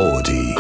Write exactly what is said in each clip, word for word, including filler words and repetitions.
Melody。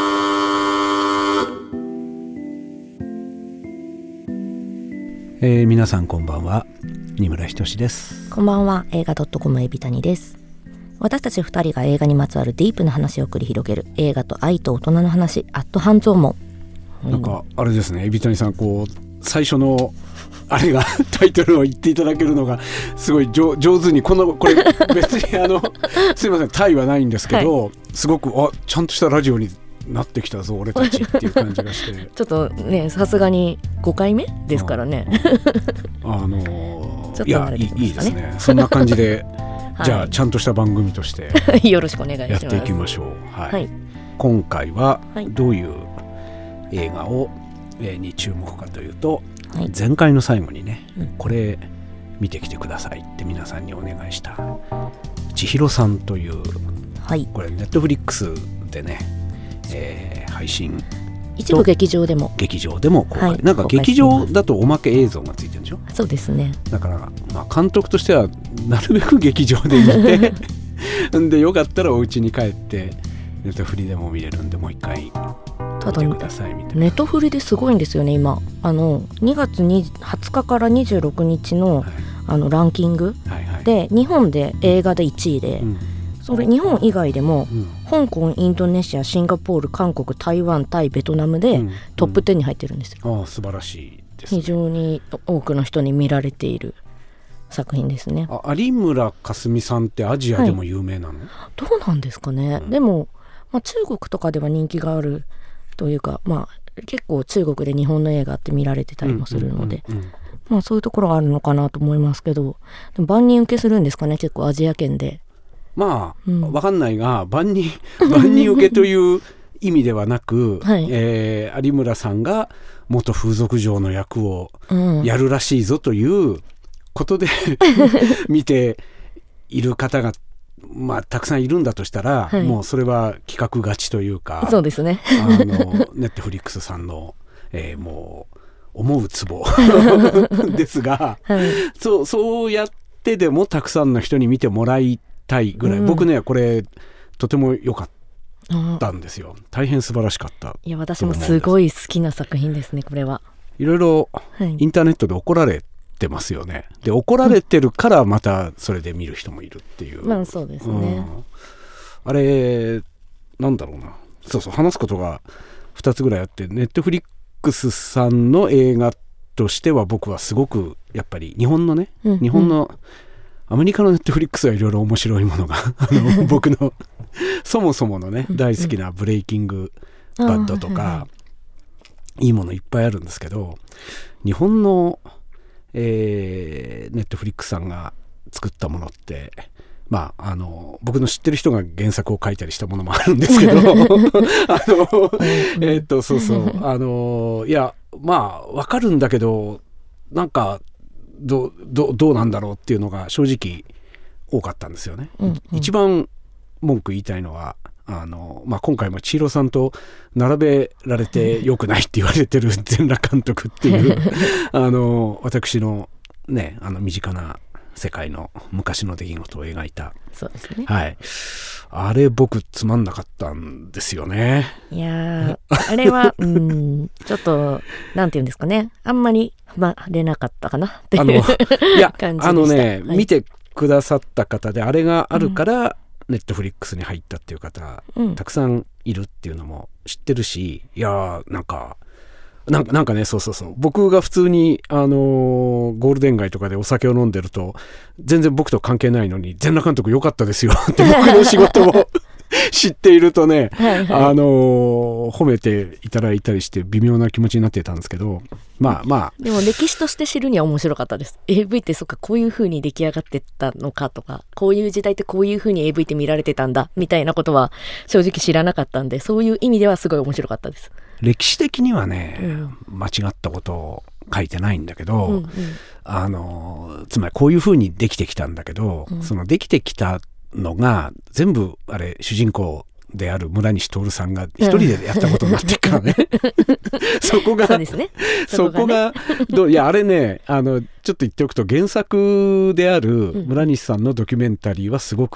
えー、皆さんこんばんは、二村仁です。 こんばんは、映画 .com エビタニです。私たちふたりが映画にまつわるディープな話を繰り広げる映画と愛と大人の話、アット半蔵門。 なんかあれですね、エビタニさん、こう最初のあれがタイトルを言っていただけるのがすごい上手に、このこれ別にあのすいません、タイはないんですけど、はい、すごくあちゃんとしたラジオになってきたぞ俺たちっていう感じがしてちょっとね、さすがにごかいめですからね。 あ、あのー、 ちょっと慣れてきましたね。 いやいいですね、そんな感じではい、 じゃあちゃんとした番組としてよろしくお願いします。 やっていきましょう。はいはい、今回はどういう映画を、えー、に注目かというと、はい、前回の最後にね、うん、これ見てきてくださいって皆さんにお願いした千尋さんという、はい、これネットフリックスでね、えー、配信、 一部劇場でも劇場でも公開、はい、なんか劇場だとおまけ映像がついてるんでしょ。 そうですね。だから、まあ、監督としてはなるべく劇場で見てんでよかったらお家に帰ってネットフリでも見れるんでもう一回見てくださいみたいな。 ネットフリですごいんですよね今。あのにがつはつかからにじゅうろくにち の,、はい、あのランキングで、はいはい、日本で映画でいちいで、うん、それ日本以外でも、うん、香港、インドネシア、シンガポール、韓国、台湾、タイ、ベトナムで、うん、トップじゅうに入ってるんですよ。 うん、ああ素晴らしいですね。 非常に多くの人に見られている作品ですね。 あ、有村架純さんってアジアでも有名なの？はい、 どうなんですかね。うん、でも、まあ、中国とかでは人気があるというか、まあ、結構中国で日本の映画って見られてたりもするので、うんうんうんうん、まあ、そういうところがあるのかなと思いますけど、でも万人受けするんですかね、結構アジア圏で。 まあ、うん、分かんないが万人万人受けという意味ではなく、はいえー、有村さんが元風俗嬢の役をやるらしいぞということで、うん、見ている方が、まあ、たくさんいるんだとしたら、はい、もうそれは企画勝ちというか、 そうですね。 あのネットフリックスさんの、えー、もう思うツボですが、はい、そうそうやってでもたくさんの人に見てもらいたいぐらい、うん、僕ねこれとても良かったんですよ。大変素晴らしかった。 いや私もすごい好きな作品ですね。これはいろいろインターネットで怒られてますよね。で怒られてるからまたそれで見る人もいるっていう、 うん、まあそうですね、 うん、あれなんだろうな、そうそう話すことがふたつぐらいあって、ネットフリックスさんの映画としては僕はすごくやっぱり日本のね、うんうん、日本のアメリカのネットフリックスはいろいろ面白いものがあの僕のそもそものね大好きなブレイキングバッドとか、はいはい、いいものいっぱいあるんですけど、日本の、えー、ネットフリックスさんが作ったものって、まあ、あの僕の知ってる人が原作を書いたりしたものもあるんですけどあのえっとそうそうあのいやまあわかるんだけどなんかど, ど, どうなんだろうっていうのが正直多かったんですよね、うんうん、一番文句言いたいのはあの、まあ、今回も千尋さんと並べられて良くないって言われてる全裸監督っていうあの私のねあの身近な世界の昔の出来事を描いた。 そうですね、 はい、あれ僕つまんなかったんですよね。 いやあれはうんちょっとなんていうんですかね、あんまりまれなかったかなっていうあのいや感じでした。 あのね、 はい、 見てくださった方であれがあるからネットフリックスに入ったっていう方、うん、たくさんいるっていうのも知ってるし、いやなんかなんか、なんかね、そうそうそう。僕が普通に、あのー、ゴールデン街とかでお酒を飲んでると、全然僕と関係ないのに、全裸監督良かったですよって僕の仕事を知っているとね、はいはい、あのー、褒めていただいたりして微妙な気持ちになってたんですけど、まあまあ。 でも歴史として知るには面白かったです。エーブイ ってそっかこういう風に出来上がってったのかとか、こういう時代ってこういう風に エーブイ って見られてたんだみたいなことは正直知らなかったんで、そういう意味ではすごい面白かったです。 歴史的にはね、うん、間違ったことを書いてないんだけど、うんうん、あのつまりこういう風にできてきたんだけど、うん、そのできてきたのが全部あれ主人公である村西徹さんが一人でやったことになってるからね、うん、そこがそうですね、 そこがどういやあれねあのちょっと言っておくと原作である村西さんのドキュメンタリーはすごく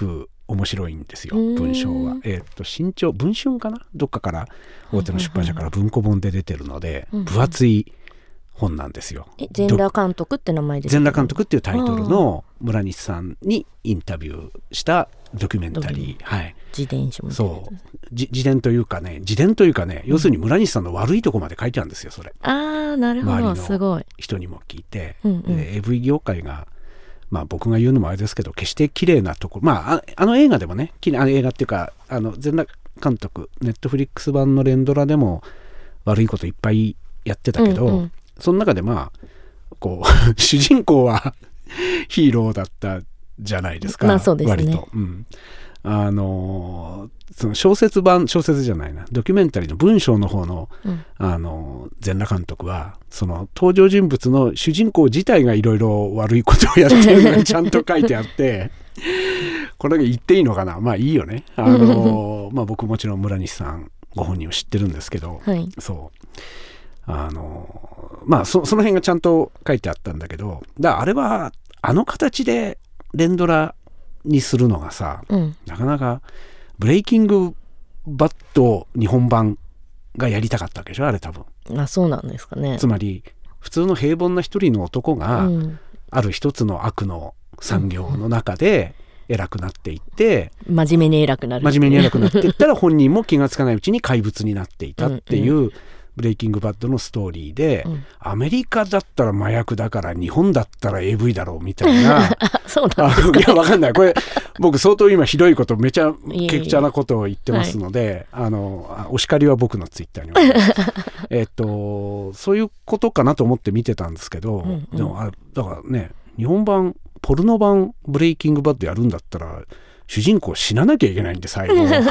面白いんですよ文章は。えー、っと新潮文春かなどっかから大手の出版社から文庫本で出てるので、うんうん、分厚い本なんですよ。 え全裸監督って名前ですか？ 全裸監督っていうタイトルの村西さんにインタビューしたドキュメンタリー、はい、 自伝書みたいな。そう自伝というかね自伝というかね、うん、要するに村西さんの悪いとこまで書いてあるんですよそれ。 あーなるほど、すごい。 人にも聞いて、うんうん、エーブイ 業界がまあ僕が言うのもあれですけど決して綺麗なところ、まあ あ, あの映画でもねきあの映画っていうかあの全裸監督ネットフリックス版の連ドラでも悪いこといっぱいやってたけど、うんうん、その中でまあこう主人公はヒーローだったじゃないですか、 まあそうですね、 割と、うん、あのその小説版小説じゃないなドキュメンタリーの文章の方の、うん、あの全裸監督はその登場人物の主人公自体がいろいろ悪いことをやってるのがちゃんと書いてあってこれ言っていいのかな、まあいいよね。あの、まあ、僕もちろん村西さんご本人を知ってるんですけど、 はい、 そうあのまあ そ, その辺がちゃんと書いてあったんだけど、だからあれはあの形で連ドラにするのがさ、うん、なかなかブレイキングバッド日本版がやりたかったわけでしょあれ多分。 あ、そうなんですかね。 つまり普通の平凡な一人の男が、うん、ある一つの悪の産業の中で偉くなっていって、 うん、真面目に偉くなる真面目に偉くなっていったら本人も気がつかないうちに怪物になっていたっていう、うんうん、ブレイキングバッドのストーリーで、うん、アメリカだったら麻薬だから日本だったら エーブイ だろうみたいなそうなんですか、ね、 いやわかんないこれ僕相当今ひどいことめちゃけちゃなことを言ってますので、はい、あのお叱りは僕のツイッターにはえっとそういうことかなと思って見てたんですけど、うんうん、でもあだからね日本版ポルノ版ブレイキングバッドやるんだったら主人公死ななきゃいけないんで最後いや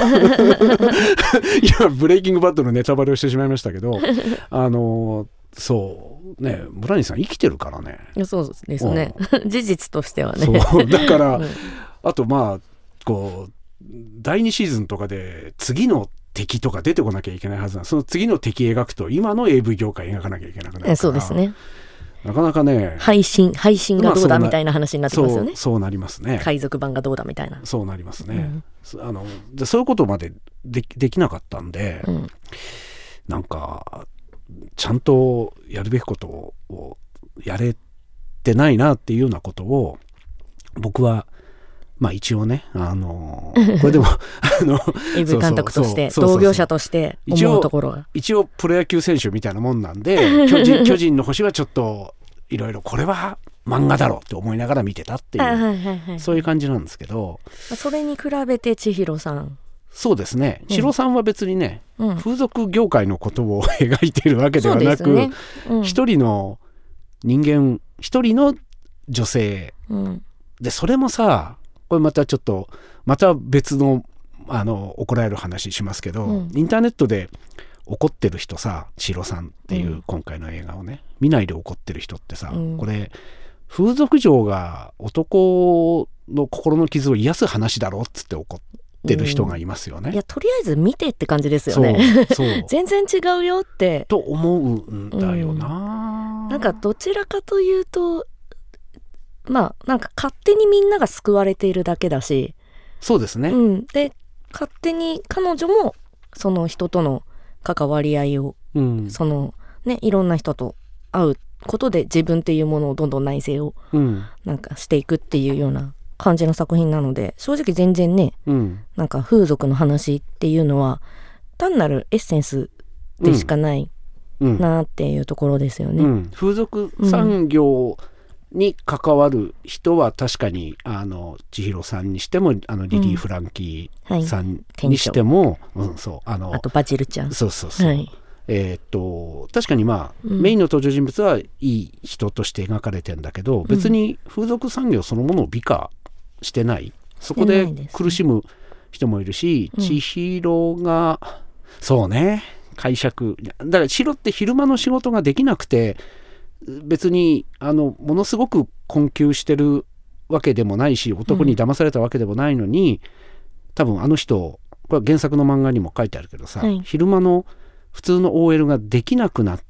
ブレイキングバッドのネタバレをしてしまいましたけどあのそうね村西さん生きてるからね。 そうですね、うん、事実としてはね。 そうだから、うん、あとまあこうだいにシーズンとかで次の敵とか出てこなきゃいけないはずなその次の敵描くと今の エーブイ 業界描かなきゃいけなくなるから。 そうですね、 なかなかね配信配信がどうだみたいな話になってますよね。 そう、そうなりますね。 海賊版がどうだみたいな。 そうなりますね、うん、あのでそういうことまで で, できなかったんで、うん、なんかちゃんとやるべきことをやれてないなっていうようなことを僕はまあ一応ねあのこれでもあのエーブイ 監督として同業者として思うところが一応プロ野球選手みたいなもんなんで巨人、巨人の星はちょっといろいろこれは漫画だろうって思いながら見てたっていう、はいはいはいはい、そういう感じなんですけど、 それに比べて千尋さんそうですね千尋さんは別にね、うん、風俗業界のことを描いているわけではなく、ねうん、一人の人間一人の女性、うん、でそれもさこれまたちょっとまた別のあの怒られる話しますけど、うん、インターネットで怒ってる人さ千尋さんっていう今回の映画をね、うん、見ないで怒ってる人ってさ、うん、これ風俗嬢が男の心の傷を癒す話だろっつって怒ってる人がいますよね、うん、 いやとりあえず見てって感じですよね。そうそう全然違うよってと思うんだよな、 うん、なんかどちらかというとまあなんか勝手にみんなが救われているだけだしそうですね、 うん、で勝手に彼女もその人との関わり合いを、うん、そのねいろんな人と会うことで自分っていうものをどんどん内省をなんかしていくっていうような感じの作品なので正直全然ね、うん、なんか風俗の話っていうのは単なるエッセンスでしかないなっていうところですよね、うんうん、 風俗産業、うんに関わる人は確かにあの千尋さんにしてもあのリリー・フランキーさんにしても、うんはいうん、そうあのあとバジルちゃんそうそうそう、はい、えー、っと確かにまあ、うん、メインの登場人物はいい人として描かれてんだけど別に風俗産業そのものを美化してないそこで苦しむ人もいるし、うん、千尋がそうね解釈だから千尋って昼間の仕事ができなくて別にあのものすごく困窮してるわけでもないし男に騙されたわけでもないのに、うん、多分あの人これは原作の漫画にも書いてあるけどさ、はい、昼間の普通の オーエル ができなくなって、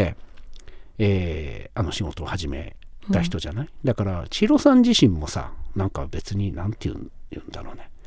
うんえー、あの仕事を始めた人じゃない、うん、だから千尋さん自身もさなんか別になんて言うんだろうね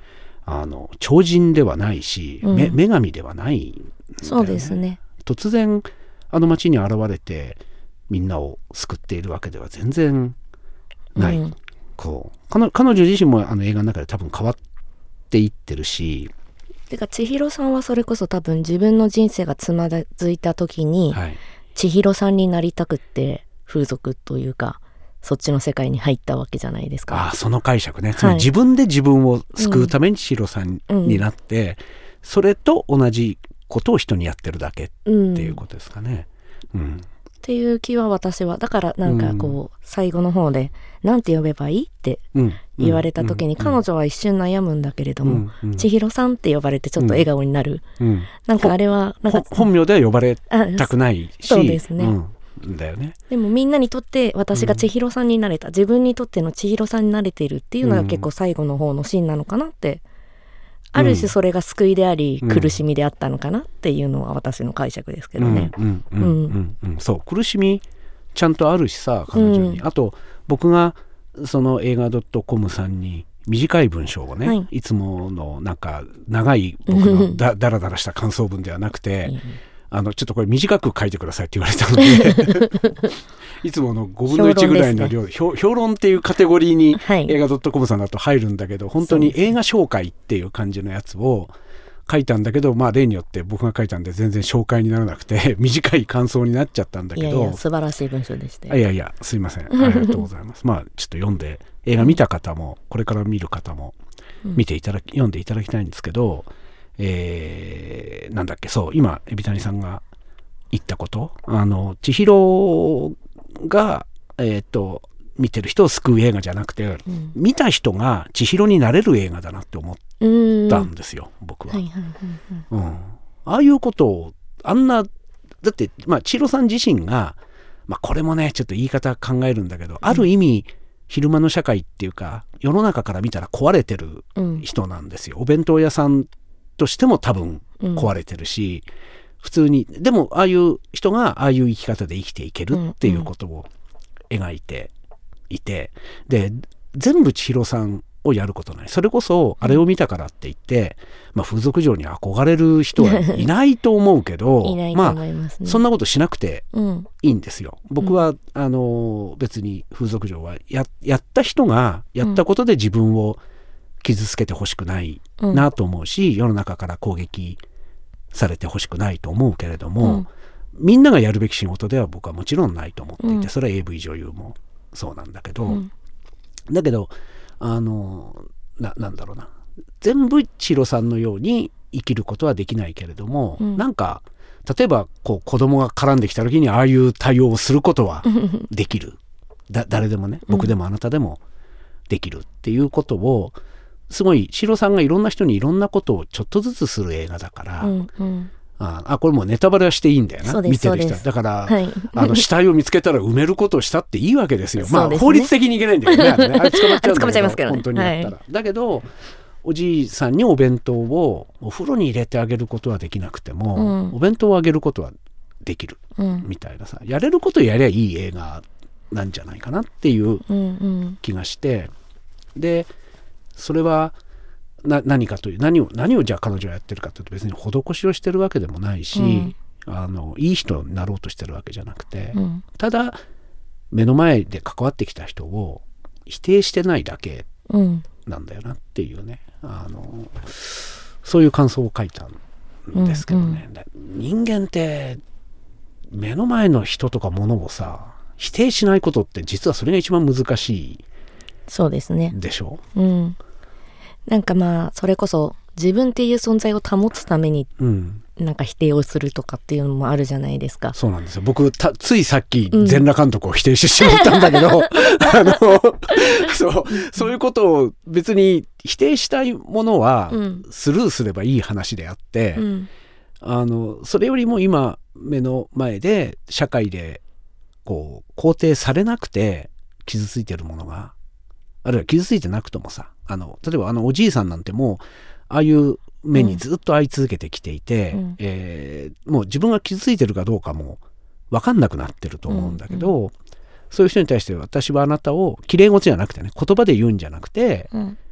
あの超人ではないし、うん、女神ではないんだよね。 そうですね。 突然あの街に現れてみんなを救っているわけでは全然ない、うん、こう 彼, 彼女自身もあの映画の中で多分変わっていってるし、 てか千尋さんはそれこそ多分自分の人生がつまずいた時に、はい、千尋さんになりたくって風俗というかそっちの世界に入ったわけじゃないですか。 ああ、その解釈ね。つまり自分で自分を救うために千尋さんになって、うんうん、それと同じことを人にやってるだけっていうことですかね、うんうん、 っていう気は私はだからなんかこう、うん、最後の方でなんて呼べばいいって言われた時に、うんうん、彼女は一瞬悩むんだけれども、うんうん、千尋さんって呼ばれてちょっと笑顔になる、うん、なんかあれはなんか本名では呼ばれたくないし、 そうですね、 うんだよね。 でもみんなにとって私が千尋さんになれた、うん、自分にとっての千尋さんになれているっていうのが結構最後の方のシーンなのかなって、うん、ある種それが救いであり、うん、苦しみであったのかなっていうのは私の解釈ですけどね。 そう苦しみちゃんとあるしさ彼女に、うん、あと僕がその映画 .com さんに短い文章をね、はい、いつものなんか長い僕のだだらだらした感想文ではなくて、うんあのちょっとこれ短く書いてくださいって言われたのでいつものごぶんのいちぐらいの量、評論ですね。評論っていうカテゴリーに映画 .com さんだと入るんだけど、はい、本当に映画紹介っていう感じのやつを書いたんだけど、まあ例によって僕が書いたんで全然紹介にならなくて短い感想になっちゃったんだけど、いやいや素晴らしい文章でしたよ。 いやいやすいません、ありがとうございますまあちょっと読んで映画見た方もこれから見る方も見ていただき、うん、読んでいただきたいんですけど、えー、なんだっけそう今海老谷さんが言ったことあの千尋が、えー、と見てる人を救う映画じゃなくて、うん、見た人が千尋になれる映画だなって思ったんですよ僕は、はいはいはいはいうん、ああいうことをあんなだって、まあ、千尋さん自身が、まあ、これもねちょっと言い方考えるんだけど、うん、ある意味昼間の社会っていうか世の中から見たら壊れてる人なんですよ、うん、お弁当屋さんとしても多分壊れてるし、うん、普通にでもああいう人がああいう生き方で生きていけるっていうことを描いていて、うんうん、で全部千尋さんをやることない。それこそあれを見たからって言って、うんまあ、風俗嬢に憧れる人はいないと思うけどいないと思いますね。 まあそんなことしなくていいんですよ、うん、僕はあの別に風俗嬢は や, やった人がやったことで自分を傷つけてほしくないなと思うし、うん、世の中から攻撃されてほしくないと思うけれども、うん、みんながやるべき仕事では僕はもちろんないと思っていて、うん、それは エーブイ 女優もそうなんだけど、うん、だけどあの な, なんだろうな全部千尋さんのように生きることはできないけれども、うん、なんか例えばこう子供が絡んできた時にああいう対応をすることはできるだ誰でもね僕でもあなたでもできるっていうことをすごい千尋さんがいろんな人にいろんなことをちょっとずつする映画だから、うんうん、あ, あこれもうネタバレはしていいんだよな見てる人だから、はい、あの死体を見つけたら埋めることをしたっていいわけですよ。まあ法律的にいけないんだけどねあれねあれ捕まっちゃうんだけどますけど、ね、本当にやったら、はい、だけどおじいさんにお弁当をお風呂に入れてあげることはできなくても、うん、お弁当をあげることはできる、うん、みたいなさやれることやりゃいい映画なんじゃないかなっていう気がして、うんうん、でそれはな何かという何を何をじゃあ彼女はやってるかというと別に施しをしてるわけでもないし、うん、あのいい人になろうとしてるわけじゃなくて、うん、ただ目の前で関わってきた人を否定してないだけなんだよなっていうね、あのそういう感想を書いたんですけどね、うんうん、人間って目の前の人とか物をさ否定しないことって実はそれが一番難しい。 そうですね。 でしょ、 うん、なんかまあそれこそ自分っていう存在を保つためになんか否定をするとかっていうのもあるじゃないですか、うん、 そうなんですよ。僕たついさっき全裸監督を否定してしまったんだけど、うん、あのそうそういうことを別に否定したいものはスルーすればいい話であって、うん、あのそれよりも今目の前で社会でこう肯定されなくて傷ついてるものがあるいは傷ついてなくともさあの例えばあのおじいさんなんてもうああいう目にずっと遭い続けてきていて、うんえー、もう自分が傷ついてるかどうかも分かんなくなってると思うんだけど、うんうん、そういう人に対して私はあなたをきれい事じゃなくてね言葉で言うんじゃなくて、うん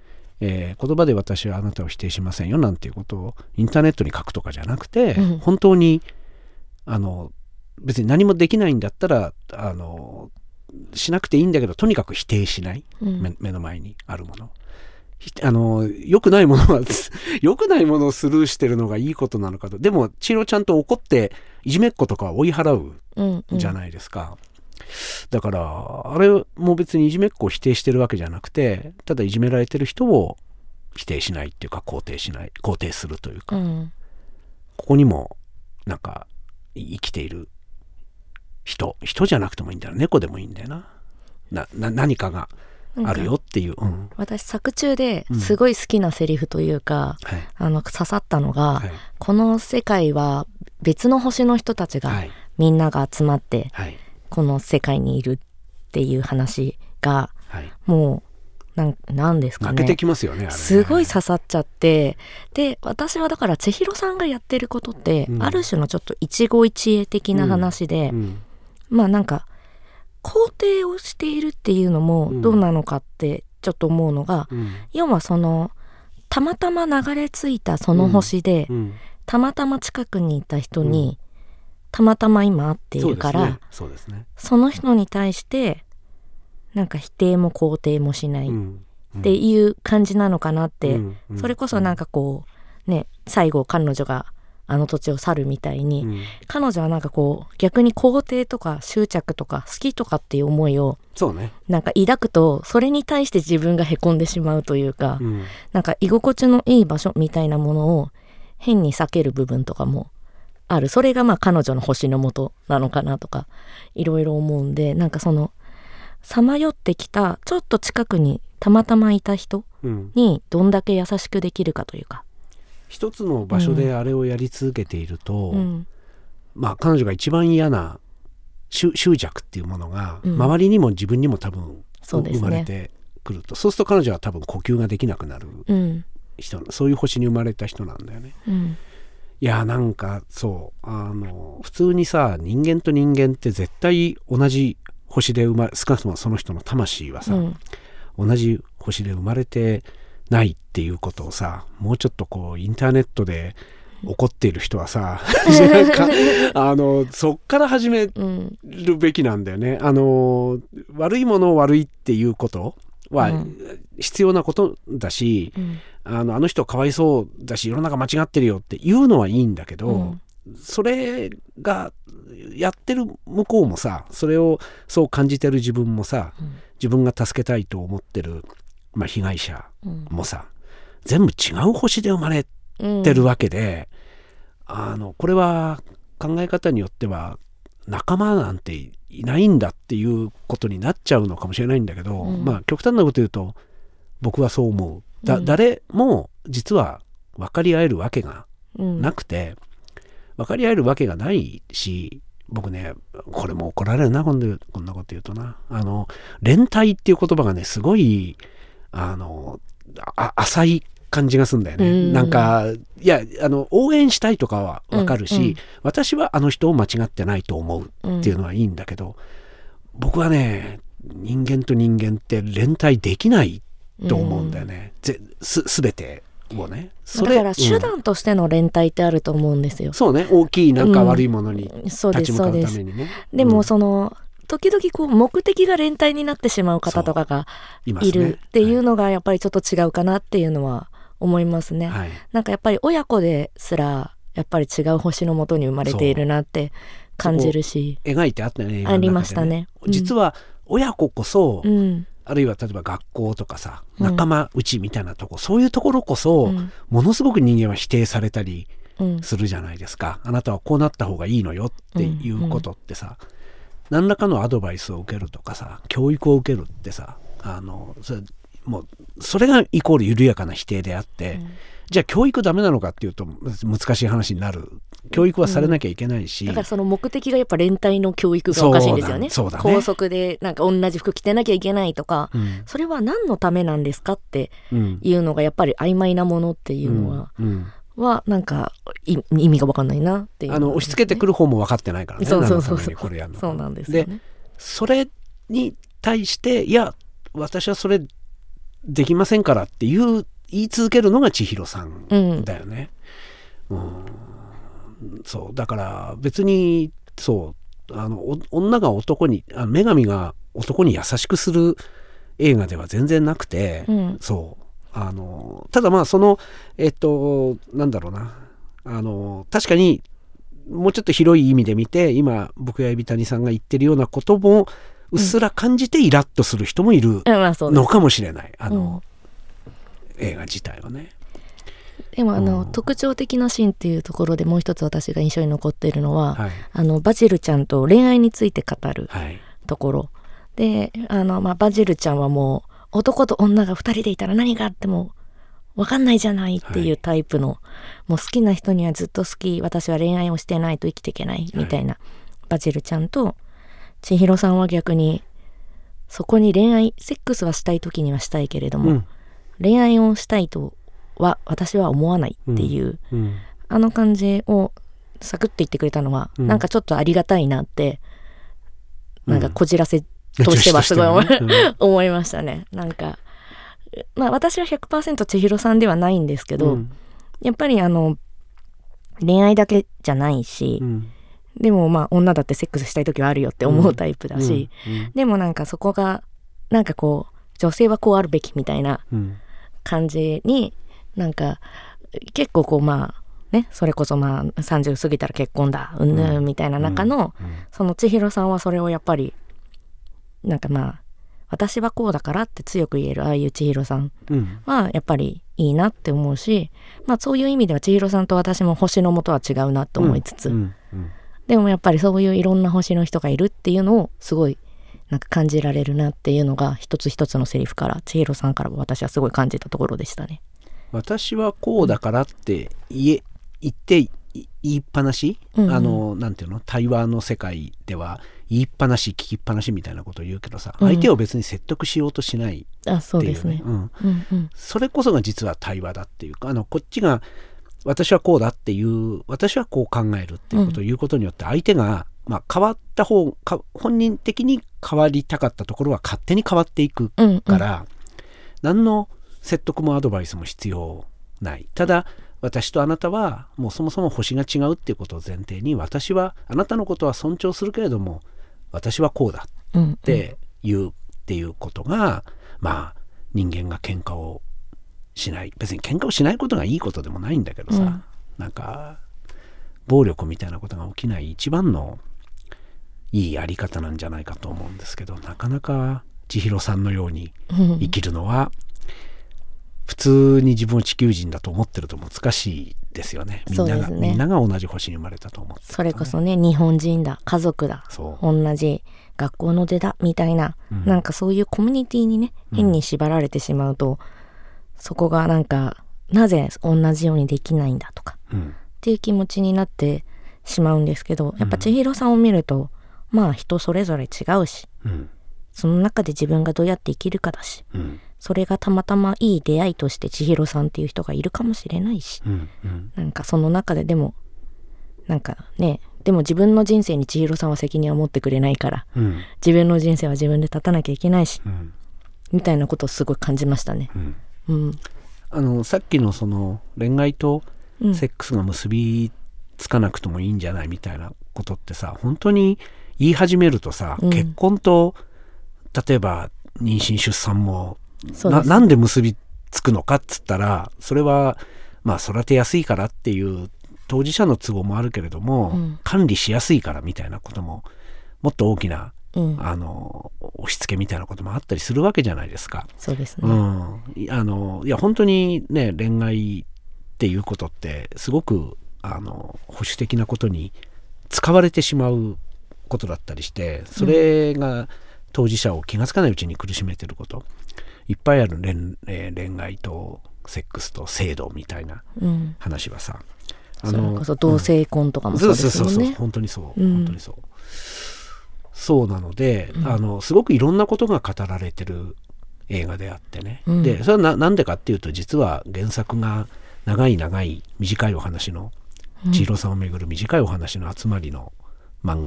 えー、言葉で私はあなたを否定しませんよなんていうことをインターネットに書くとかじゃなくて、うん、本当にあの別に何もできないんだったらあのしなくていいんだけどとにかく否定しない、うん、目, 目の前にあるものあの良くないものは良くないものをスルーしてるのがいいことなのかと。でも千尋ちゃんと怒っていじめっ子とかは追い払うじゃないですか、うんうん、だからあれも別にいじめっ子を否定してるわけじゃなくてただいじめられてる人を否定しないっていうか肯定しない肯定するというか、うん、ここにもなんか生きている人人じゃなくてもいいんだよ猫でもいいんだよな、な、な何かがあるよっていう、うん、 私作中ですごい好きなセリフというか、うんはい、あの刺さったのが、はい、この世界は別の星の人たちが、はい、みんなが集まって、はい、この世界にいるっていう話が、はい、もうなんなんですかね泣けてきますよね、あれね。 すごい刺さっちゃって、で私はだから千尋さんがやってることって、うん、ある種のちょっと一期一会的な話で、うんうん、まあなんか肯定をしているっていうのもどうなのかってちょっと思うのが、うん、要はそのたまたま流れ着いたその星で、うんうん、たまたま近くにいた人に、うん、たまたま今会っているから、 そうですね、 その人に対してなんか否定も肯定もしないっていう感じなのかなって、うんうん、それこそなんかこうね最後彼女があの土地を去るみたいに、うん、彼女はなんかこう逆に肯定とか執着とか好きとかっていう思いをそうねなんか抱くとそれに対して自分がへこんでしまうというか、うん、なんか居心地のいい場所みたいなものを変に避ける部分とかもある。それがまあ彼女の星の下なのかなとかいろいろ思うんで、なんかそのさまよってきたちょっと近くにたまたまいた人にどんだけ優しくできるかというか、 一つの場所であれをやり続けていると、うん、まあ彼女が一番嫌な執着っていうものが、うん、周りにも自分にも多分生まれてくると、 そうすると彼女は多分呼吸ができなくなる人、うん、そういう星に生まれた人なんだよね、うん、いやなんかそうあの普通にさ人間と人間って絶対同じ星で生まれ少なくともその人の魂はさ、うん、同じ星で生まれてないっていうことをさもうちょっとこうインターネットで怒っている人はさなんかあのそっから始めるべきなんだよね、うん、あの悪いものを悪いっていうことは必要なことだし、うん、あのあの人かわいそうだし世の中間違ってるよって言うのはいいんだけど、うん、それがやってる向こうもさそれをそう感じてる自分もさ、うん、自分が助けたいと思ってるまあ、被害者もさ、うん、全部違う星で生まれてるわけで、うん、あのこれは考え方によっては仲間なんていないんだっていうことになっちゃうのかもしれないんだけど、うん、まあ極端なこと言うと僕はそう思う。だ、うん、誰も実は分かり合えるわけがなくて、うん、分かり合えるわけがないし、僕ねこれも怒られるなこんなこと言うとな、あの連帯っていう言葉がねすごいあのあ浅い感じがするんだよね、うん、なんかいやあの応援したいとかは分かるし、うんうん、私はあの人を間違ってないと思うっていうのはいいんだけど、うん、僕はね人間と人間って連帯できないと思うんだよね、うん、ぜす全てをねそれだから手段としての連帯ってあると思うんですよ、うん、 そうね大きいなんか悪いものに立ち向かうためにね、 うん、でもその時々こう目的が連帯になってしまう方とかがいるっていうのがやっぱりちょっと違うかなっていうのは思いますね、はい、なんかやっぱり親子ですらやっぱり違う星の下に生まれているなって感じるし描いてあったよね、 ありましたね、 うん、実は親子こそ、うん、あるいは例えば学校とかさ仲間内みたいなとこ、うん、そういうところこそ、うん、ものすごく人間は否定されたりするじゃないですか、うん、あなたはこうなった方がいいのよっていうことってさ、うんうん、何らかのアドバイスを受けるとかさ教育を受けるってさあのそれもうそれがイコール緩やかな否定であって、うん、じゃあ教育ダメなのかっていうと難しい話になる。教育はされなきゃいけないし、 うん、だからその目的がやっぱ連帯の教育がおかしいんですよね。 そうだ、そうだね。 校則でなんか同じ服着てなきゃいけないとか、うん、それは何のためなんですかっていうのがやっぱり曖昧なものっていうのは、うんうんはなんか意味が分かんないなっていう、ね、 あの押し付けてくる方も分かってないからね。 そうそうそうそう。 これやるのそうなんですよね。 でそれに対していや私はそれできませんからっていう言い続けるのが千尋さんだよね、うんうん、そうだから別にそうあの女が男にあ女神が男に優しくする映画では全然なくて、うん、そうあのただまあそのえっとなんだろうなあの確かにもうちょっと広い意味で見て今僕や海老谷さんが言ってるようなこともうっすら感じてイラッとする人もいるのかもしれない、あの、うん、映画自体はね。 でもあの、うん、特徴的なシーンっていうところでもう一つ私が印象に残っているのは、はい、あのバジルちゃんと恋愛について語るところ、はい、であの、まあ、バジルちゃんはもう男と女がふたりでいたら何があっても分かんないじゃないっていうタイプの、はい、もう好きな人にはずっと好き、私は恋愛をしてないと生きていけないみたいな、はい、バジルちゃんと千尋さんは逆にそこに恋愛セックスはしたい時にはしたいけれども、うん、恋愛をしたいとは私は思わないっていう、うんうん、あの感じをサクッと言ってくれたのは、うん、なんかちょっとありがたいなって、うん、なんかこじらせとしてはすごい思い、うん、思いましたね。なんかまあ私は ひゃくパーセント 千尋さんではないんですけど、うん、やっぱりあの恋愛だけじゃないし、うんでもまあ女だってセックスしたい時はあるよって思うタイプだし、うんうんうん、でもなんかそこがなんかこう女性はこうあるべきみたいな感じになんか結構こうまあねそれこそまあさんじゅう過ぎたら結婚だうんぬんみたいな中の、うんうん、その千尋さんはそれをやっぱりなんかまあ私はこうだからって強く言えるああいう千尋さんはやっぱりいいなって思うし、まあそういう意味では千尋さんと私も星のもとは違うなと思いつつ、うんうんうんでもやっぱりそういういろんな星の人がいるっていうのをすごいなんか感じられるなっていうのが一つ一つのセリフから千尋さんからも私はすごい感じたところでしたね。 私はこうだからって言え、言って言いっぱなし、うんうん、あのなんていうの対話の世界では言いっぱなし聞きっぱなしみたいなことを言うけどさ、うん、相手を別に説得しようとしないっていう、ね、 あそうですね、 うんうんうん、それこそが実は対話だっていうかあのこっちが私はこうだっていう私はこう考えるっていうことを言うことによって相手が、まあ、変わった方か本人的に変わりたかったところは勝手に変わっていくから、うんうん、何の説得もアドバイスも必要ない。ただ私とあなたはもうそもそも星が違うっていうことを前提に私はあなたのことは尊重するけれども私はこうだって言うっていうことが、まあ人間が喧嘩をしない別に喧嘩をしないことがいいことでもないんだけどさ、うん、なんか暴力みたいなことが起きない一番のいいやり方なんじゃないかと思うんですけどなかなか千尋さんのように生きるのは、うん、普通に自分を地球人だと思ってると難しいですよね。みんなが、そうですね、みんなが同じ星に生まれたと思ってるとね、 それこそね日本人だ家族だ同じ学校の出だみたいな、うん、なんかそういうコミュニティにね変に縛られてしまうと、うんそこがなんかなぜ同じようにできないんだとか、うん、っていう気持ちになってしまうんですけどやっぱ千尋さんを見ると、うん、まあ人それぞれ違うし、うん、その中で自分がどうやって生きるかだし、うん、それがたまたまいい出会いとして千尋さんっていう人がいるかもしれないし、うんうん、なんかその中ででもなんかねでも自分の人生に千尋さんは責任を持ってくれないから、うん、自分の人生は自分で立たなきゃいけないし、うん、みたいなことをすごい感じましたね。うんうん、 あのさっきのその恋愛とセックスが結びつかなくてもいいんじゃないみたいなことってさ本当に言い始めるとさ、うん、結婚と例えば妊娠出産も な, なんで結びつくのかっつったらそれはまあ育てやすいからっていう当事者の都合もあるけれども、うん、管理しやすいからみたいなことももっと大きなうん、あの押し付けみたいなこともあったりするわけじゃないですか。 そうですね、 うん、あのいや本当にね恋愛っていうことってすごくあの保守的なことに使われてしまうことだったりしてそれが当事者を気がつかないうちに苦しめてることいっぱいある 恋,、えー、恋愛とセックスと制度みたいな話はさ、 うん、あのそれこそ同性婚とかもそうですよね、うん、そうそうそう本当にそう、うん、本当にそうそうなので、うん、あのすごくいろんなことが語られてる映画であってね、うん、でそれは な, なんでかっていうと実は原作が長い長い短いお話の千尋さんをめぐる短いお話の集まりの漫画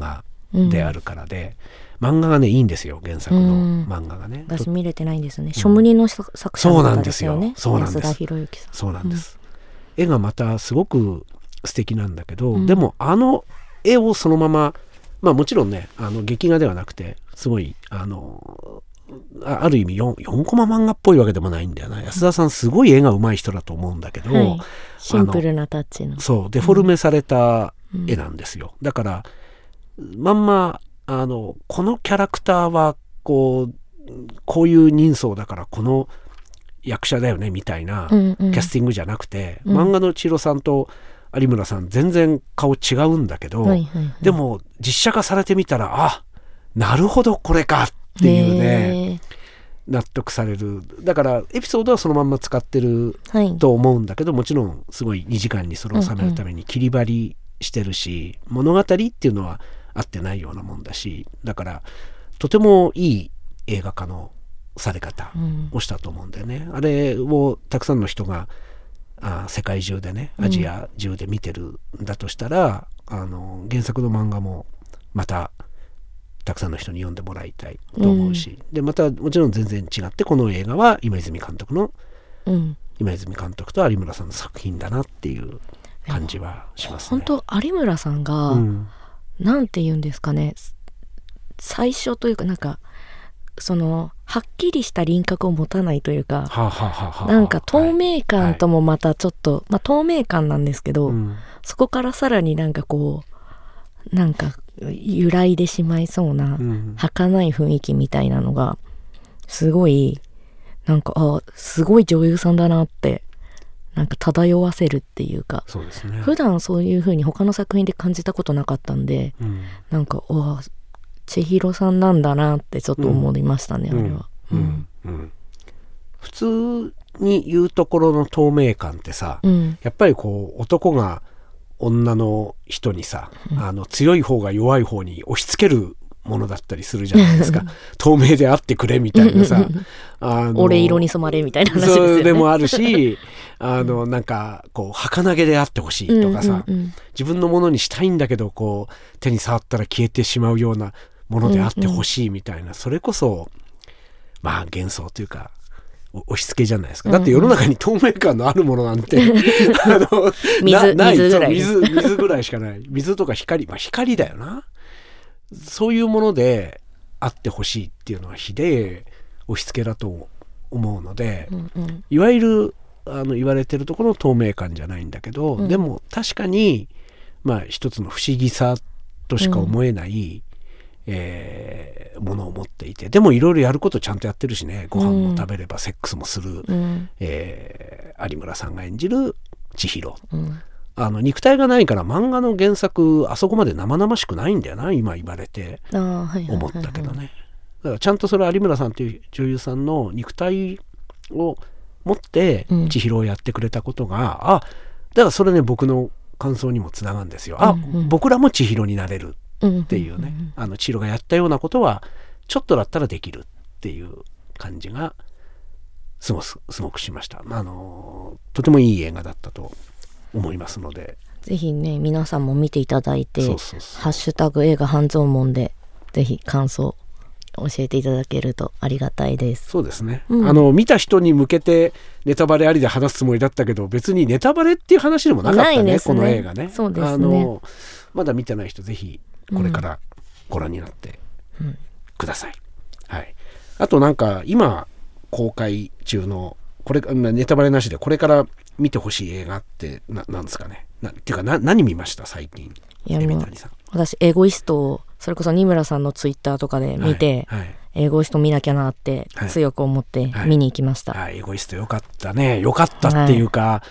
であるからで、うん、漫画がねいいんですよ、原作の漫画がね。 私見れてないんですよね。書無理の作者の方ですよね。 そうなんですよ。 安田博之さん。 そうなんです、うん、絵がまたすごく素敵なんだけど、うん、でもあの絵をそのまま、まあもちろんねあの劇画ではなくてすごいあのあ, ある意味 4, 4コマ漫画っぽいわけでもないんだよな。安田さんすごい絵が上手い人だと思うんだけど、はい、 シンプルなタッチのそうデフォルメされた絵なんですよ、うん、だからまんまあのこのキャラクターはこうこういう人相だからこの役者だよねみたいなキャスティングじゃなくて、うんうん、漫画の千尋さんと有村さん全然顔違うんだけど、はいはいはい、でも実写化されてみたらあなるほどこれかっていうね納得される。だからエピソードはそのまんま使ってると思うんだけど、はい、もちろんすごいにじかんにそれを収めるために切り張りしてるし、うんうん、物語っていうのは合ってないようなもんだし、だからとてもいい映画化のされ方をしたと思うんだよね、うん、あれをたくさんの人があ世界中でねアジア中で見てるんだとしたら、うん、あの原作の漫画もまたたくさんの人に読んでもらいたいと思うし、うん、でまたもちろん全然違ってこの映画は今泉監督の、うん、今泉監督と有村さんの作品だなっていう感じはしますね。 本当有村さんが、うん、なんて言うんですかね、最初というかなんかそのはっきりした輪郭を持たないというか、はあはあはあ、なんか透明感ともまたちょっと、はいはい、まあ透明感なんですけど、うん、そこからさらになんかこうなんか揺らいでしまいそうな、うん、儚い雰囲気みたいなのがすごいなんかあすごい女優さんだなってなんか漂わせるっていうか、 そうですね、 普段そういう風に他の作品で感じたことなかったんで、うん、なんかあ千尋さんなんだなってちょっと思いましたね、うん、あれは、うんうんうん、 普通に言うところの透明感ってさ、うん、やっぱりこう男が女の人にさ、うん、あの強い方が弱い方に押し付けるものだったりするじゃないですか透明であってくれみたいなさあの俺色に染まれみたいな話ですよね。 それでもあるしあのなんかこう儚げであってほしいとかさ、うんうんうん、自分のものにしたいんだけどこう手に触ったら消えてしまうようなものであってほしいみたいな、うんうん、それこそまあ幻想というか押し付けじゃないですか。だって世の中に透明感のあるものなんて、うんうん、あの水, ない水ぐらい水水ぐらいしかない。水とか光、まあ光だよな。そういうものであってほしいっていうのはひでえ押し付けだと思うので、うんうん、いわゆるあの言われてるところの透明感じゃないんだけど、うん、でも確かにまあ一つの不思議さとしか思えない、うんえー、ものを持っていて、でもいろいろやることちゃんとやってるしね、ご飯も食べればセックスもする、うんえー、有村さんが演じる千尋、うん、あの肉体がないから漫画の原作あそこまで生々しくないんだよな今言われて思ったけどね。だからちゃんとそれは有村さんという女優さんの肉体を持って千尋をやってくれたことが、うん、あだからそれね僕の感想にもつながるんですよ。あ、うんうん、僕らも千尋になれるっていうね、うんうんうん、あの千尋がやったようなことはちょっとだったらできるっていう感じがすごく、すごくしました。あのとてもいい映画だったと思いますので、 ぜひね皆さんも見ていただいて、そうそうそうハッシュタグ映画半蔵門でぜひ感想教えていただけるとありがたいです。 そうですね、うん、あの見た人に向けてネタバレありで話すつもりだったけど別にネタバレっていう話でもなかった ね, ねこの映画ね。 そうですね、 あのまだ見てない人ぜひこれからご覧になってください、うんはい、あとなんか今公開中のこれネタバレなしでこれから見てほしい映画ってななんですかね。なっていうかな何見ました最近。 いやもう私エゴイストをそれこそ二村さんのツイッターとかで見て、はいはい、エゴイスト見なきゃなって強く思って見に行きました、 はいはいはい、エゴイストよかったね。よかったっていうか、はい、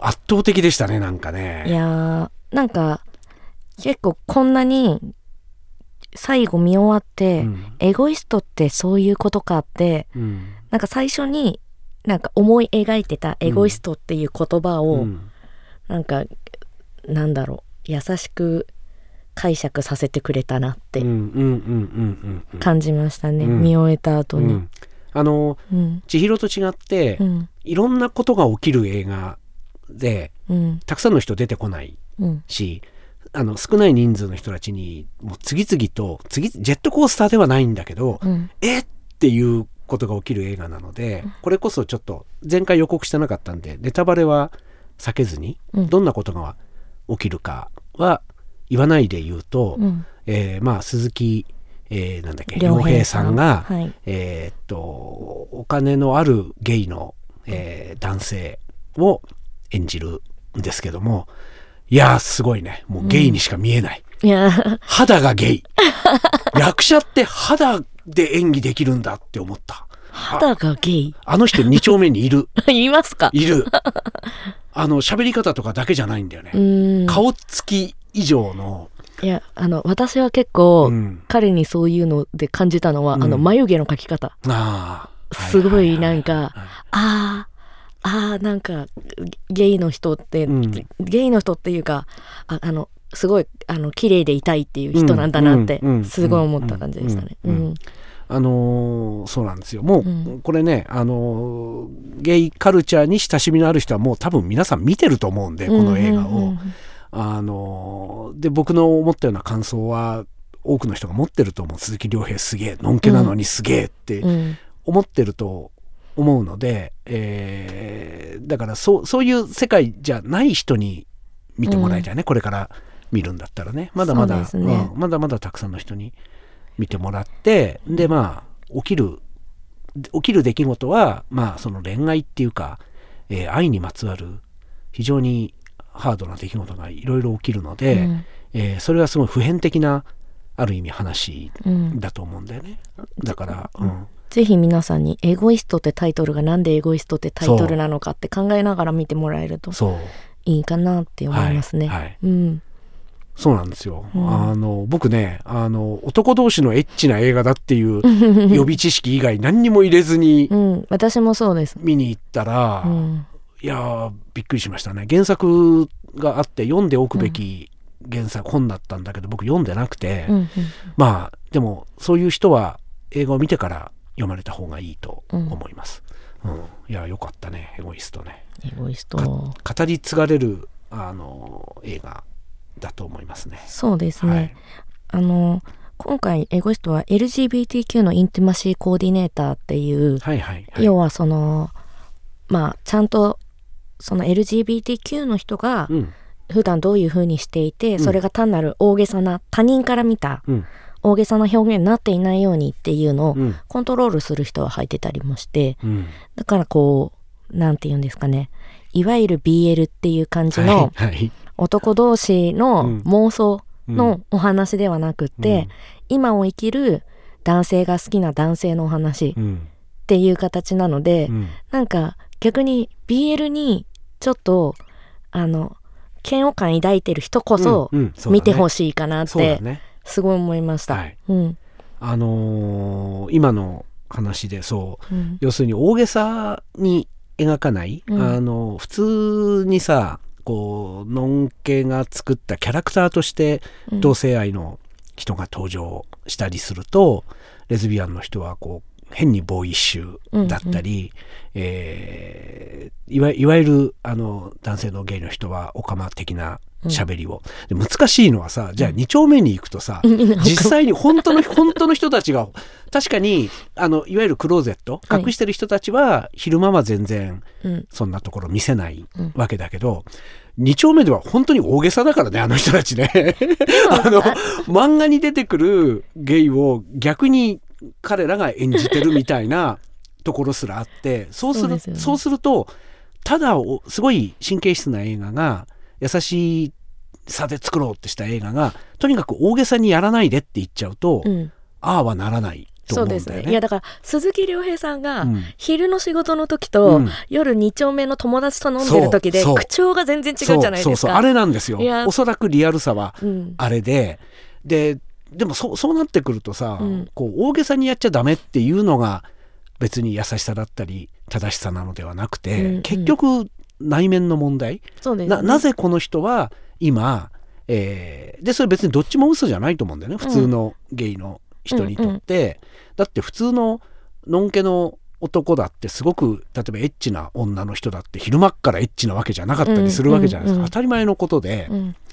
圧倒的でしたね。なんかねいやなんか結構こんなに最後見終わって、うん、エゴイストってそういうことかって、うん、なんか最初になんか思い描いてたエゴイストっていう言葉を、うん、なんかなんだろう優しく解釈させてくれたなって感じましたね、うん、見終えた後に、うん、 あの、うん、千尋と違って、うん、いろんなことが起きる映画で、うん、たくさんの人出てこないし、 あの少ない人数の人たちにもう次々と次ジェットコースターではないんだけど、うん、えっていうことが起きる映画なので、これこそちょっと前回予告してなかったんでネタバレは避けずに、うん、どんなことが起きるかは言わないで言うと、うん、えー、まあ鈴木、えー、なんだっけ亮平さんが、はい、えー、っとお金のあるゲイの、えー、男性を演じるんですけども、いやーすごいね、もうゲイにしか見えない、うん、いや肌がゲイ役者って肌で演技できるんだって思った。 肌がゲイ、 あ, あの人に丁目にいるいますか？ いる。あの喋り方とかだけじゃないんだよね。うん、顔つき以上の。 いやあの私は結構、うん、彼にそういうので感じたのは、うん、あの眉毛の描き方、あすごいなんか、はいはいはいはい、ああなんかゲイの人って、うん、ゲイの人っていうか あ, あのすごいあの綺麗でいたいっていう人なんだなってすごい思った感じでしたね。 あのー、そうなんですよ。もう、うん、これね、あのー、ゲイカルチャーに親しみのある人はもう多分皆さん見てると思うんで、この映画を、うんうんうん、あのー、で僕の思ったような感想は多くの人が持ってると思う。鈴木亮平すげえ、のんけなのにすげえって思ってると思うので、うんえー、だからそう、そういう世界じゃない人に見てもらいたいね、うん、これから見るんだったらね、まだまだ、ねうん、まだまだたくさんの人に見てもらって、でまあ起きる起きる出来事はまあその恋愛っていうか、えー、愛にまつわる非常にハードな出来事がいろいろ起きるので、うんえー、それはすごい普遍的なある意味話だと思うんだよね、うん、だから、うん、 ぜひ皆さんにエゴイストってタイトルがなんでエゴイストってタイトルなのかって考えながら見てもらえるといいかなって思いますね。 はいはいうん、 そうなんですよ、うん、あの僕ねあの男同士のエッチな映画だっていう予備知識以外何にも入れずに、うん、 私もそうです見に行ったら、うん、いやびっくりしましたね。原作があって読んでおくべき原作、うん、本だったんだけど僕読んでなくて、うんうん、まあでもそういう人は映画を見てから読まれた方がいいと思います、うんうん、いやよかったねエゴイストね。 エゴイスト語り継がれるあの映画だと思いますね。 そうですね、はい、あの今回エゴイストは エルジービーティーキュー のインティマシーコーディネーターっていう、はいはいはい、要はそのまあちゃんとその エルジービーティーキュー の人が普段どういう風にしていて、うん、それが単なる大げさな他人から見た大げさな表現になっていないようにっていうのをコントロールする人は入ってたりもして、うん、だからこうなんていうんですかね、いわゆる ビーエル っていう感じの、はいはい男同士の妄想のお話ではなくって、うん、今を生きる男性が好きな男性のお話っていう形なので、うん、なんか逆に ビーエル にちょっとあの嫌悪感抱いてる人こそ見てほしいかなってすごい思いました、はいうん、 あのー、今の話でそう、うん、要するに大げさに描かない、うん、あの普通にさこうのんけが作ったキャラクターとして同性愛の人が登場したりすると、うん、レズビアンの人はこう変にボーイッシュだったり、うんうんえー、いわ、いわゆるあの男性のゲイの人はオカマ的な喋りを、うん、で難しいのはさじゃあに丁目に行くとさ、うん、実際に本当の本当の人たちが確かにあのいわゆるクローゼット隠してる人たちは昼間は全然そんなところ見せないわけだけど、うん、に丁目では本当に大げさだからねあの人たちねあの漫画に出てくるゲイを逆に彼らが演じてるみたいなところすらあってそうする、そうですよね、そうするとただすごい神経質な映画が優しさで作ろうってした映画がとにかく大げさにやらないでって言っちゃうと、うん、ああはならないと思うんだよね。 そうですね。いやだから鈴木亮平さんが昼の仕事の時と、うん、夜に丁目の友達と飲んでる時で口調が全然違うじゃないですか。そうそうそうあれなんですよ。おそらくリアルさはあれで、うん、ででも そ, そうなってくるとさ、うん、こう大げさにやっちゃダメっていうのが別に優しさだったり正しさなのではなくて、うんうん、結局内面の問題、そうですね、な, なぜこの人は今、えー、でそれ別にどっちも嘘じゃないと思うんだよね、うん、普通のゲイの人にとって、うんうん、だって普通ののんけの男だってすごく例えばエッチな女の人だって昼間っからエッチなわけじゃなかったりするわけじゃないですか、うんうんうん、当たり前のことで、うん、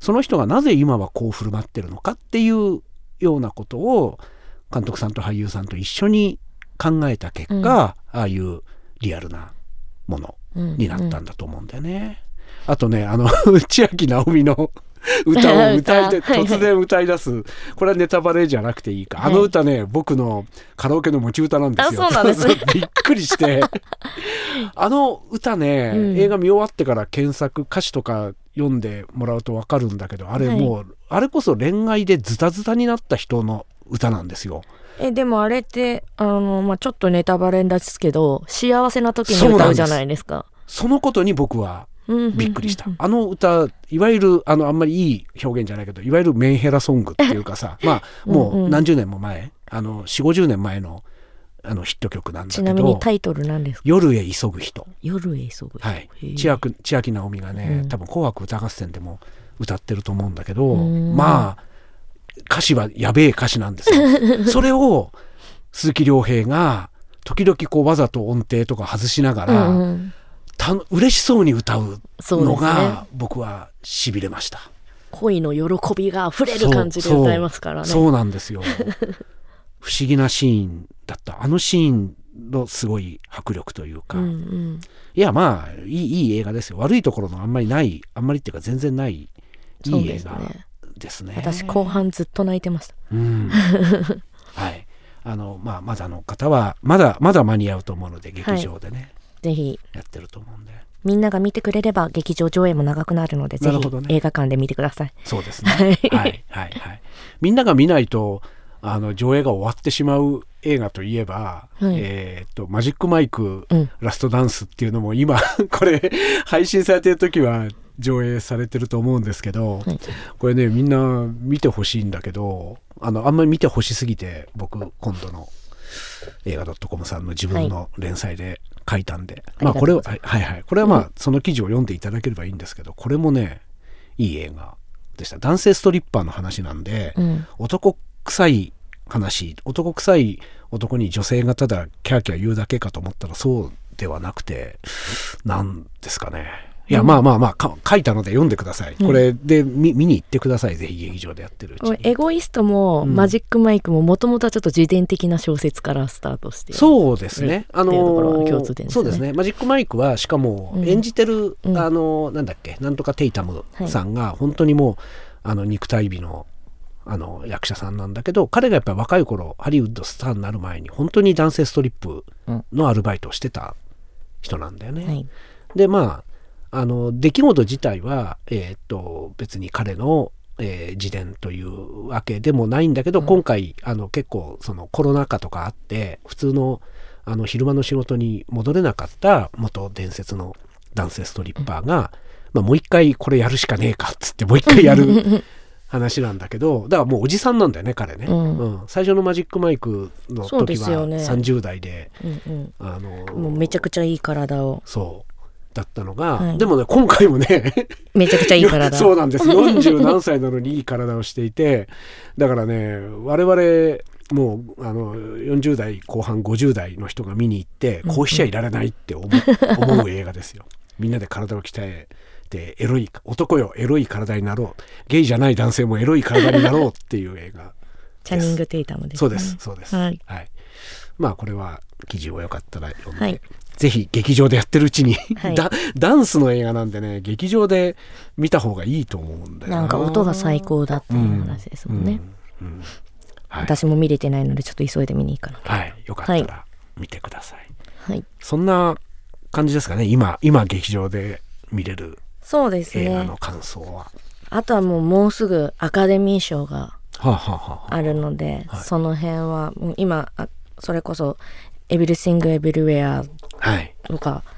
その人がなぜ今はこう振る舞ってるのかっていうようなことを監督さんと俳優さんと一緒に考えた結果、うん、ああいうリアルなものになったんだと思うんだよね、うんうん、あとねあの千秋直美の歌を歌いで突然歌い出す、はいはい、これはネタバレじゃなくていいか、はい、あの歌ね僕のカラオケの持ち歌なんですよ。 あ、そうなんですねびっくりしてあの歌ね、うん、映画見終わってから検索歌詞とか読んでもらうと分かるんだけど、あれもう、はい、あれこそ恋愛でズタズタになった人の歌なんですよ。 えでもあれってあの、まあ、ちょっとネタバレですけど幸せな時に歌うじゃないですか。 そのことに僕はびっくりした。あの歌いわゆる あのあんまりいい表現じゃないけどいわゆるメンヘラソングっていうかさまあもう何十年も前あのよんじゅうごじゅうねんまえのあのヒット曲なんだけど、 ちなみにタイトルなんですか？ 夜へ急ぐ人。 夜へ急ぐ人、 はい、千秋、千秋直美がね、うん、多分紅白歌合戦でも歌ってると思うんだけど、まあ歌詞はやべえ歌詞なんですよそれを鈴木亮平が時々こうわざと音程とか外しながら、うんうん、た嬉しそうに歌うのが僕はしびれました。 恋の喜びが溢れる感じで歌いますからね。 そう、そう、そうなんですよ不思議なシーンだった。あのシーンのすごい迫力というか、うんうん、いやまあいい、いい映画ですよ。悪いところのあんまりないあんまりっていうか全然ないいい映画ですね。 私後半ずっと泣いてました、 うんはいあのまあ、まだの方はまだまだ間に合うと思うので劇場でね、はい、ぜひやってると思うんでみんなが見てくれれば劇場上映も長くなるのでぜひ映画館で見てください。 そうですねはいはいはい、みんなが見ないとあの上映が終わってしまう映画といえば、はい、えー、とマジックマイク、うん、ラストダンスっていうのも今これ配信されてる時は上映されてると思うんですけど、はい、これねみんな見てほしいんだけど あのあんまり見てほしすぎて僕今度の映画 .com さんの自分の連載で書いたんで、はい、まあこれは、はいはい、これはまあ、うん、その記事を読んでいただければいいんですけど、これもねいい映画でした。男性ストリッパーの話なんで、うん、男臭い話、男臭い男に女性がただキャーキャー言うだけかと思ったらそうではなくて、なんですかね、いや、うん、まあまあまあ書いたので読んでください、うん、これで 見, 見に行ってください。ぜひ劇場でやってるうちに。 エゴイストも、うん、マジックマイクももともとはちょっと自伝的な小説からスタートしてそうですね、あのー、そうですね。マジックマイクはしかも演じてる、うん、あのー、なんだっけなんとかテイタムさんが本当にもう、はい、あの肉体美のあの役者さんなんだけど、彼がやっぱり若い頃ハリウッドスターになる前に本当に男性ストリップのアルバイトをしてた人なんだよね、うんはい、でまああの出来事自体は、えー、っと別に彼の、えー、自伝というわけでもないんだけど、うん、今回あの結構そのコロナ禍とかあって普通の、あの昼間の仕事に戻れなかった元伝説の男性ストリッパーが、うんまあ、もう一回これやるしかねえかっつってもう一回やる話なんだけど、だからもうおじさんなんだよね彼ね、うんうん、最初のマジックマイクの時はさんじゅう代で、うんうん、あのもうめちゃくちゃいい体をそうだったのが、はい、でもね今回もねめちゃくちゃいい体そうなんです。よんじゅう何歳なのにいい体をしていてだからね我々もうあのよんじゅう代後半ごじゅう代の人が見に行ってこうしちゃいられないって思う、うんうん、思う映画ですよ。みんなで体を鍛えてエロい男よエロい体になろう、ゲイじゃない男性もエロい体になろうっていう映画チャニング・テイタムですね。 そうですそうです、はいはい、まあこれは記事をよかったら読んで、はい、ぜひ劇場でやってるうちに、はい、ダ, ダンスの映画なんでね劇場で見た方がいいと思うんだよな。 なんか音が最高だっていう話ですもんね、うんうんうんはい、私も見れてないのでちょっと急いで見に行かなきゃ。 はい、よかったら見てください、はい、そんな感じですかね。今今劇場で見れるそうですね、 映画の感想は。 あとはもうもうすぐアカデミー賞があるので、はあはあはあ、その辺はもう今それこそエブリシングエブリウェアとか、はい、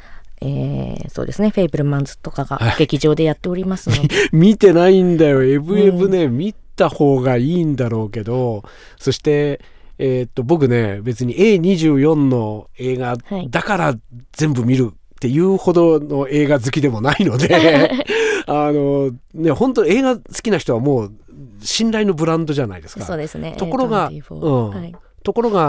えー、そうですねフェイブルマンズとかが劇場でやっておりますので、はい、 見てないんだよエブエブね、うん、見た方がいいんだろうけど、そしてえー、っと僕ね別に エーにじゅうよん の映画だから全部見るっていうほどの映画好きでもないのであのね本当映画好きな人はもう信頼のブランドじゃないですか。 そうですね。 ところが、うんはい、ところが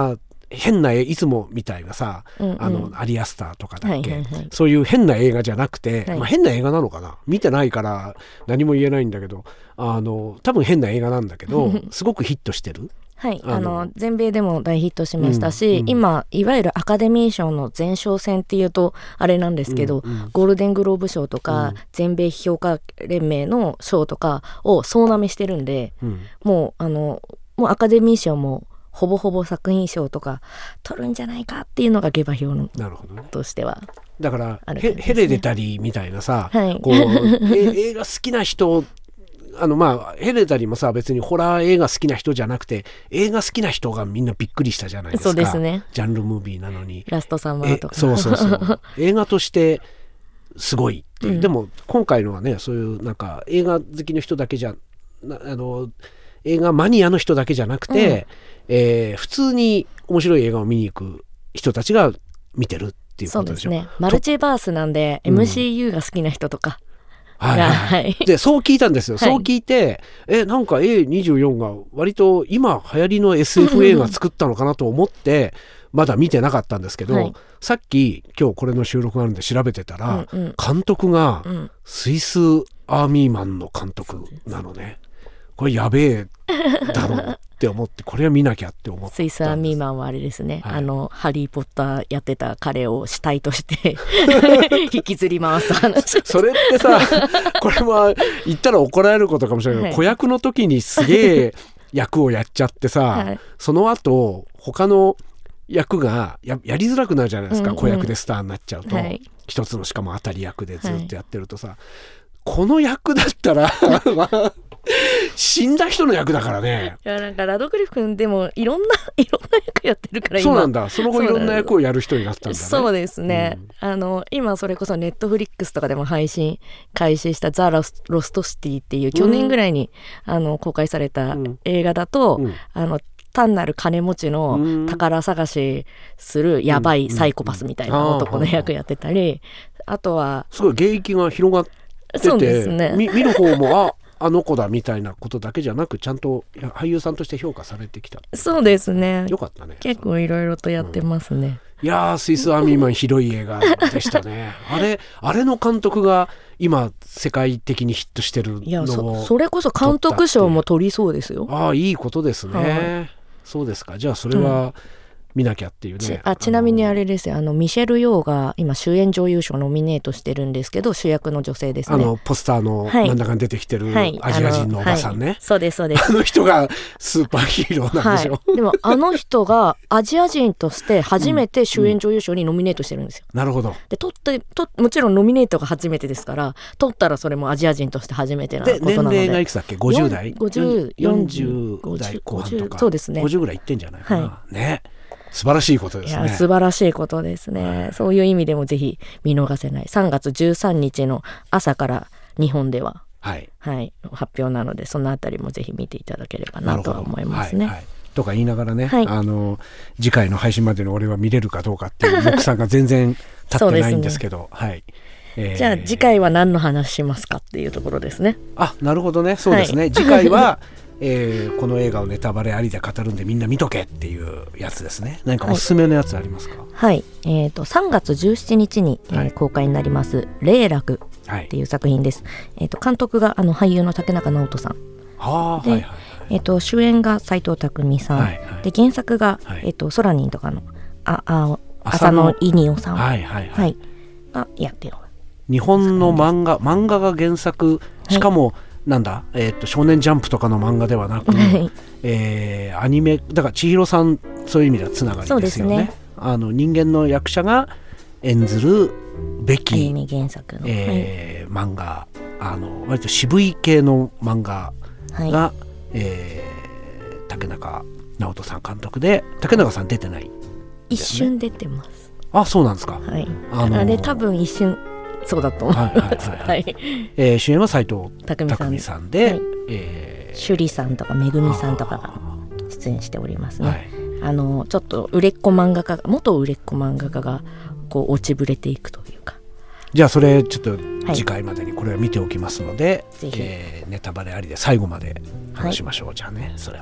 変な絵いつもみたいなさ、うんうん、あのアリアスターとかだっけ、 はいはいはい、 そういう変な映画じゃなくて、 はい、 まあ、変な映画なのかな、見てないから何も言えないんだけど、あの多分変な映画なんだけどすごくヒットしてるはい、あの全米でも大ヒットしましたし、うんうん、今いわゆるアカデミー賞の前哨戦っていうとあれなんですけど、うんうん、ゴールデングローブ賞とか、うん、全米評価連盟の賞とかを総なめしてるんで、うん、もうあのもうアカデミー賞もほぼほぼ作品賞とか取るんじゃないかっていうのが下馬評のとしては、 だからヘ, ヘレデタリーみたいなさ、はい、こう映画好きな人あのまあヘレデタリーもさ別にホラー映画好きな人じゃなくて映画好きな人がみんなびっくりしたじゃないですか。 そうですね、 ジャンルムービーなのにラストサマーとかそうそうそう映画としてすごいっていう、うん、でも今回のはねそういうなんか映画好きの人だけじゃなあの映画マニアの人だけじゃなくて、うん、えー、普通に面白い映画を見に行く人たちが見てるっていうことでしょ。 そうですね、マルチバースなんで エムシーユー が好きな人とか、 うん、はいはいはい、でそう聞いたんですよ、はい、そう聞いてえなんか エーにじゅうよん が割と今流行りの エスエフ 映画作ったのかなと思ってまだ見てなかったんですけど、はい、さっき今日これの収録があるんで調べてたら、うんうん、監督がスイスアーミーマンの監督なのね。これやべえだろうって思ってこれは見なきゃって思った。 スイスアーミーマンはあれですね、はい、あのハリーポッターやってた彼を死体として引きずり回す話それってさこれは言ったら怒られることかもしれないけど、はい、子役の時にすげえ役をやっちゃってさ、はい、その後他の役が や, やりづらくなるじゃないですか、うんうん、子役でスターになっちゃうと、はい、一つのしかも当たり役でずっとやってるとさ、はい、この役だったら死んだ人の役だからね。 いやなんかラドクリフ君でもいろんないろんな役やってるから今。 そうなんだ、その後いろんな役をやる人になったんだね。 そうですね、うん、あの今それこそネットフリックスとかでも配信開始したザ・ロストシティっていう去年ぐらいに、うん、あの公開された映画だと、うん、あの単なる金持ちの宝探しするやばいサイコパスみたいな男の役やってたり、あとはすごい芸域が広がってて、 そうですね、 見る方もああの子だみたいなことだけじゃなくちゃんと俳優さんとして評価されてきた。 そうですね、 よかったね。 結構いろいろとやってますね、うん、 いやースイスアーミーマンひどい映画でしたねあれあれの監督が今世界的にヒットしてるのを。 いや そ, それこそ監督賞も取りそうですよ。 ああいいことですね、はい、そうですか。じゃあそれは、うん見なきゃっていうね。 ち, あちなみにあれですよ、あのミシェル・ヨーが今主演女優賞ノミネートしてるんですけど、主役の女性ですね。 あのポスターの真ん中に出てきてるアジア人のおばさんね、はいはい、 そうですそうです。 あの人がスーパーヒーローなんでしょ、 はい、でもあの人がアジア人として初めて主演女優賞にノミネートしてるんですよ、 うんうん、なるほど。 で取ってともちろんノミネートが初めてですから、取ったらそれもアジア人として初めてなことなので。 で年齢がいくつだっけ、ごじゅう代ごじゅう、 よんじゅう代後半とか、 そうですね、 ごじゅうぐらいいってんじゃないかな、はい、ね。素晴らしいことですね。 いや素晴らしいことですね、はい、そういう意味でもぜひ見逃せない。さんがつじゅうさんにちの朝から日本では、はいはい、発表なのでそのあたりもぜひ見ていただければなとは思いますね、はいはい、 とか言いながらね、はい、あの次回の配信までの俺は見れるかどうかっていう目算が全然立ってないんですけどはい、 えー、じゃあ次回は何の話しますかっていうところですね。 あ、なるほどね、そうですね、はい、次回はえー、この映画をネタバレありで語るんでみんな見とけっていうやつですね。何かおすすめのやつありますか？ はい、えー、とさんがつじゅうしちにちに、はい、えー、公開になります霊楽っていう作品です、はい、えー、と監督があの俳優の竹中直人さんで、はいはいはい、えー、と主演が斎藤工さん、はいはい、で原作が、はい、えー、とソラニンとかのああ浅野いにおさん、はいはいはいはい、がやってる日本の漫画漫画が原作、しかも、はい、なんだ、えー、と少年ジャンプとかの漫画ではなく、はいえー、アニメだから千尋さん、そういう意味ではつながりですよ ね, ねあの人間の役者が演ずるべき、 アニメ原作の、 えーはい、漫画、あの割と渋い系の漫画が、はいえー、竹中直人さん監督で、竹中さん出てない、ね、 一瞬出てます。 あ、そうなんですか、 はい、あのー、あれ多分一瞬そうだと思います、はいはいはいはいえー、主演は斎藤工さんで、はいえー、趣里さんとかめぐみさんとかが出演しておりますね、はい、あのちょっと売れっ子漫画家元売れっ子漫画家がこう落ちぶれていくというか。 じゃあそれちょっと次回までにこれを見ておきますので、はいえー、ネタバレありで最後まで話しましょう、はい、じゃあねそれを、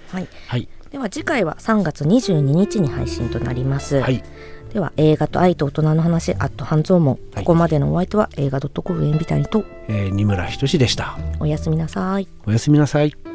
はい、 はい、 では次回はさんがつにじゅうににちに配信となります。 はい、 では映画と愛と大人の話アット半蔵門、ここまでのお相手は映画 .com エンビタリと、 えー、二村仁でした。 おやすみなさい。 おやすみなさい。